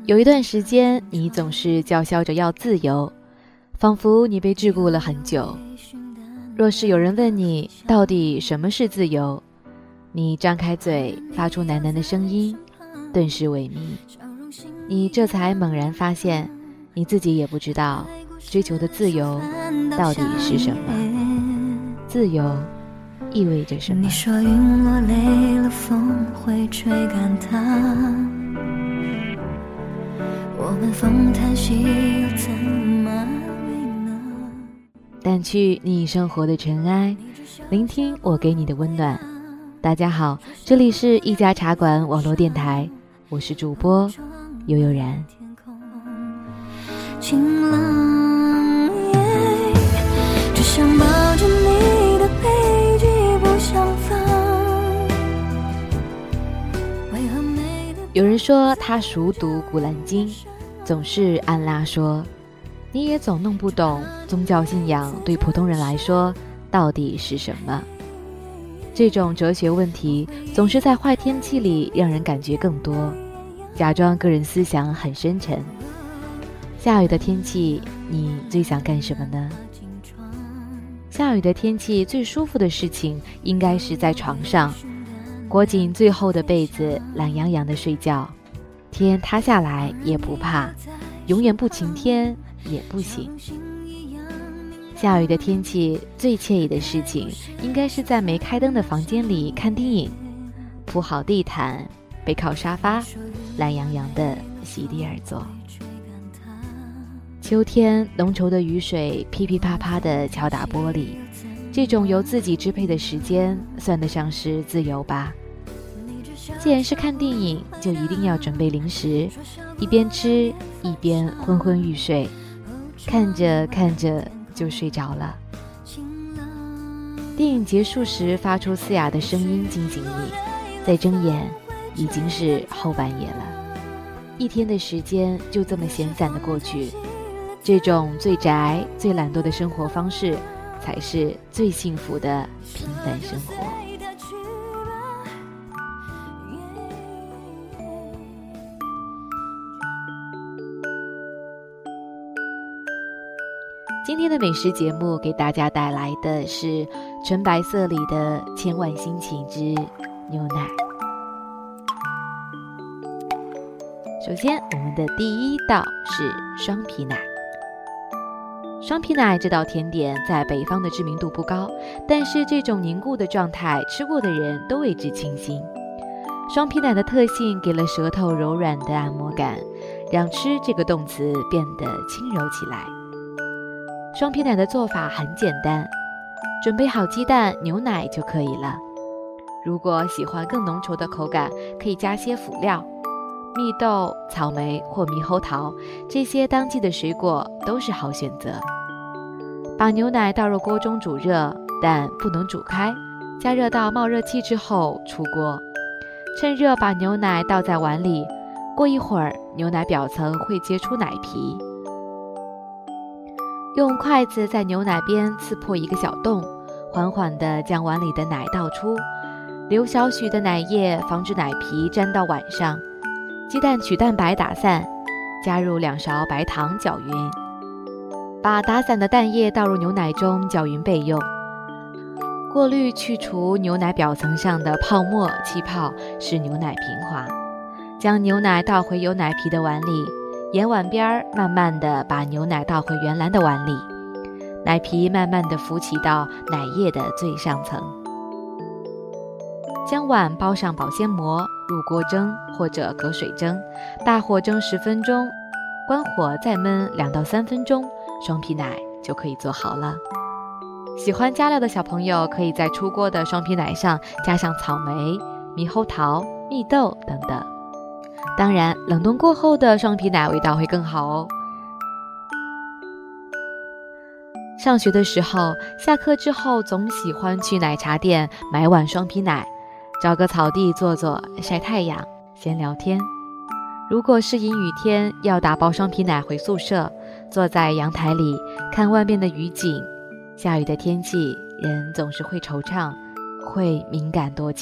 有一段时间，你总是叫嚣着要自由，仿佛你被桎梏了很久。若是有人问你到底什么是自由，你张开嘴发出喃喃的声音，顿时萎靡。你这才猛然发现，你自己也不知道追求的自由到底是什么，自由意味着什么。 你说云落累了，风会吹干它，我们风叹息又怎么为呢？ 掸去你生活的尘埃，聆听我给你的温暖。大家好，这里是一家茶馆网络电台，我是主播悠悠然。 晴朗夜，只想抱着你的背脊不想放。 有人说他熟读古兰经，总是按拉说，你也总弄不懂宗教信仰对普通人来说到底是什么。这种哲学问题总是在坏天气里让人感觉更多，假装个人思想很深沉。下雨的天气，你最想干什么呢？下雨的天气最舒服的事情应该是在床上裹紧最厚的被子，懒洋洋地睡觉，天塌下来也不怕，永远不晴天也不行。下雨的天气最惬意的事情应该是在没开灯的房间里看电影，铺好地毯，背靠沙发，懒洋洋地席地而坐。秋天浓稠的雨水噼噼啪啪地敲打玻璃，这种由自己支配的时间算得上是自由吧。既然是看电影，就一定要准备零食，一边吃一边昏昏欲睡，看着看着就睡着了。电影结束时发出嘶哑的声音惊醒你，再睁眼已经是后半夜了。一天的时间就这么闲散地过去，这种最宅最懒惰的生活方式才是最幸福的平凡生活。今天的美食节目给大家带来的是纯白色里的千万心情之牛奶。首先，我们的第一道是双皮奶。双皮奶这道甜点在北方的知名度不高，但是这种凝固的状态，吃过的人都为之倾心。双皮奶的特性给了舌头柔软的按摩感，让吃这个动词变得轻柔起来。双皮奶的做法很简单，准备好鸡蛋、牛奶就可以了。如果喜欢更浓稠的口感，可以加些辅料，蜜豆、草莓或猕猴桃，这些当季的水果都是好选择。把牛奶倒入锅中煮热，但不能煮开，加热到冒热气之后出锅。趁热把牛奶倒在碗里，过一会儿牛奶表层会结出奶皮。用筷子在牛奶边刺破一个小洞，缓缓地将碗里的奶倒出，留少许的奶液，防止奶皮沾到碗上。鸡蛋取蛋白打散，加入2勺白糖搅匀，把打散的蛋液倒入牛奶中搅匀备用。过滤去除牛奶表层上的泡沫气泡，使牛奶平滑。将牛奶倒回有奶皮的碗里，沿碗边慢慢地把牛奶倒回原来的碗里，奶皮慢慢地浮起到奶液的最上层。将碗包上保鲜膜，入锅蒸或者隔水蒸，大火蒸10分钟，关火再焖2到3分钟，双皮奶就可以做好了。喜欢加料的小朋友可以在出锅的双皮奶上加上草莓、猕猴桃、蜜豆等等。当然，冷冻过后的双皮奶味道会更好哦。上学的时候，下课之后总喜欢去奶茶店买碗双皮奶，找个草地坐坐，晒太阳，闲聊天。如果是阴雨天，要打包双皮奶回宿舍，坐在阳台里看外面的雨景。下雨的天气，人总是会惆怅，会敏感多情。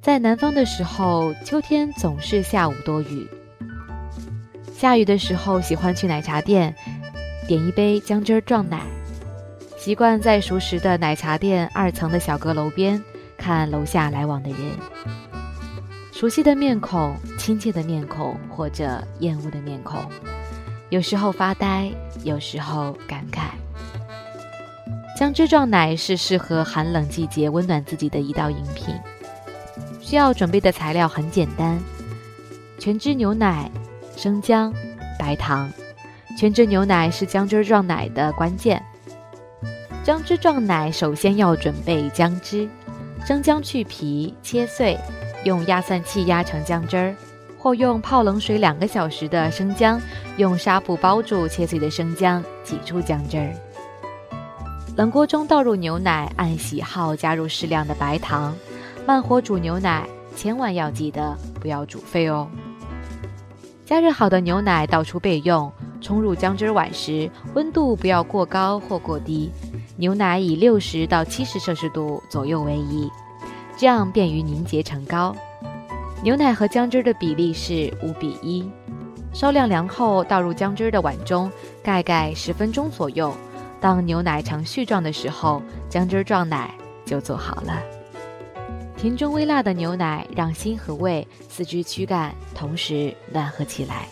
在南方的时候，秋天总是下午多雨。下雨的时候，喜欢去奶茶店，点一杯姜汁撞奶。习惯在熟识的奶茶店2层的小阁楼边，看楼下来往的人。熟悉的面孔，亲切的面孔，或者厌恶的面孔。有时候发呆，有时候感慨。姜汁撞奶是适合寒冷季节温暖自己的一道饮品。需要准备的材料很简单：全脂牛奶、生姜、白糖。全脂牛奶是姜汁撞奶的关键。姜汁撞奶首先要准备姜汁，生姜去皮切碎，用压蒜器压成姜汁儿，或用泡冷水2个小时的生姜，用纱布包住切碎的生姜，挤出姜汁儿。冷锅中倒入牛奶，按喜好加入适量的白糖，慢火煮牛奶，千万要记得不要煮沸哦。加热好的牛奶倒出备用，冲入姜汁碗时，温度不要过高或过低，牛奶以60到70摄氏度左右为宜，这样便于凝结成膏。牛奶和姜汁的比例是5:1，烧晾凉后倒入姜汁的碗中，盖10分钟左右。当牛奶呈絮状的时候，姜汁撞奶就做好了。甜中微辣的牛奶让心和胃、四肢躯干同时暖和起来。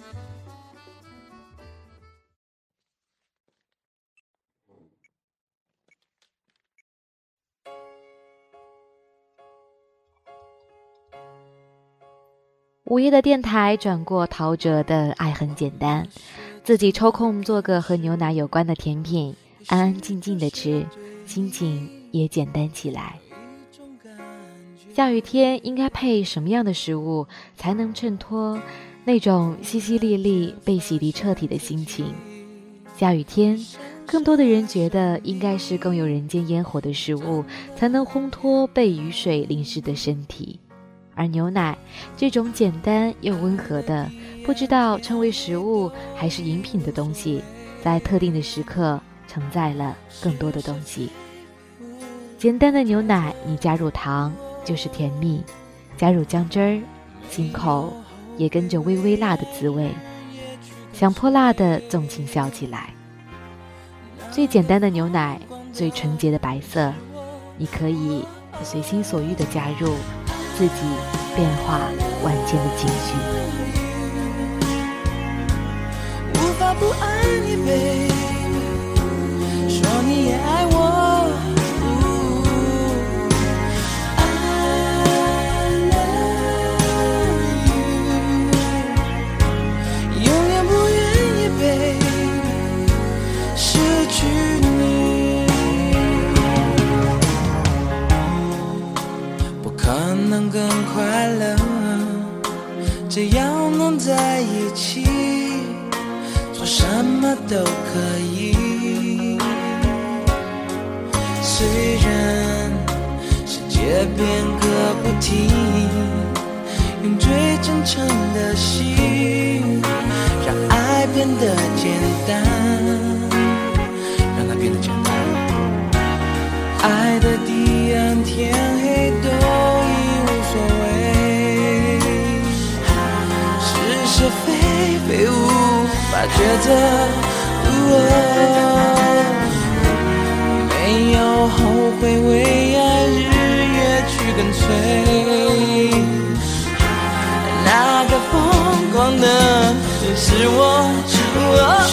午夜的电台转过陶喆的《爱很简单》，自己抽空做个和牛奶有关的甜品，安安静静的吃，心情也简单起来。下雨天应该配什么样的食物才能衬托那种淅淅沥沥被洗涤彻底的心情？下雨天，更多的人觉得应该是更有人间烟火的食物，才能烘托被雨水淋湿的身体。而牛奶这种简单又温和的，不知道称为食物还是饮品的东西，在特定的时刻承载了更多的东西。简单的牛奶，你加入糖就是甜蜜，加入姜汁儿，心口也跟着微微辣的滋味，想泼辣的纵情笑起来。最简单的牛奶，最纯洁的白色，你可以随心所欲地加入自己变化万千的情绪。 无法不爱你 baby， 说你也爱我，更快乐，只要能在一起，做什么都可以。虽然世界变个不停，用最真诚的心，让爱变得简单，让它变得简单。爱的彼岸，天黑都所谓是是非非无法抉择，没有后悔，为爱日夜去跟随，那个疯狂的人是我。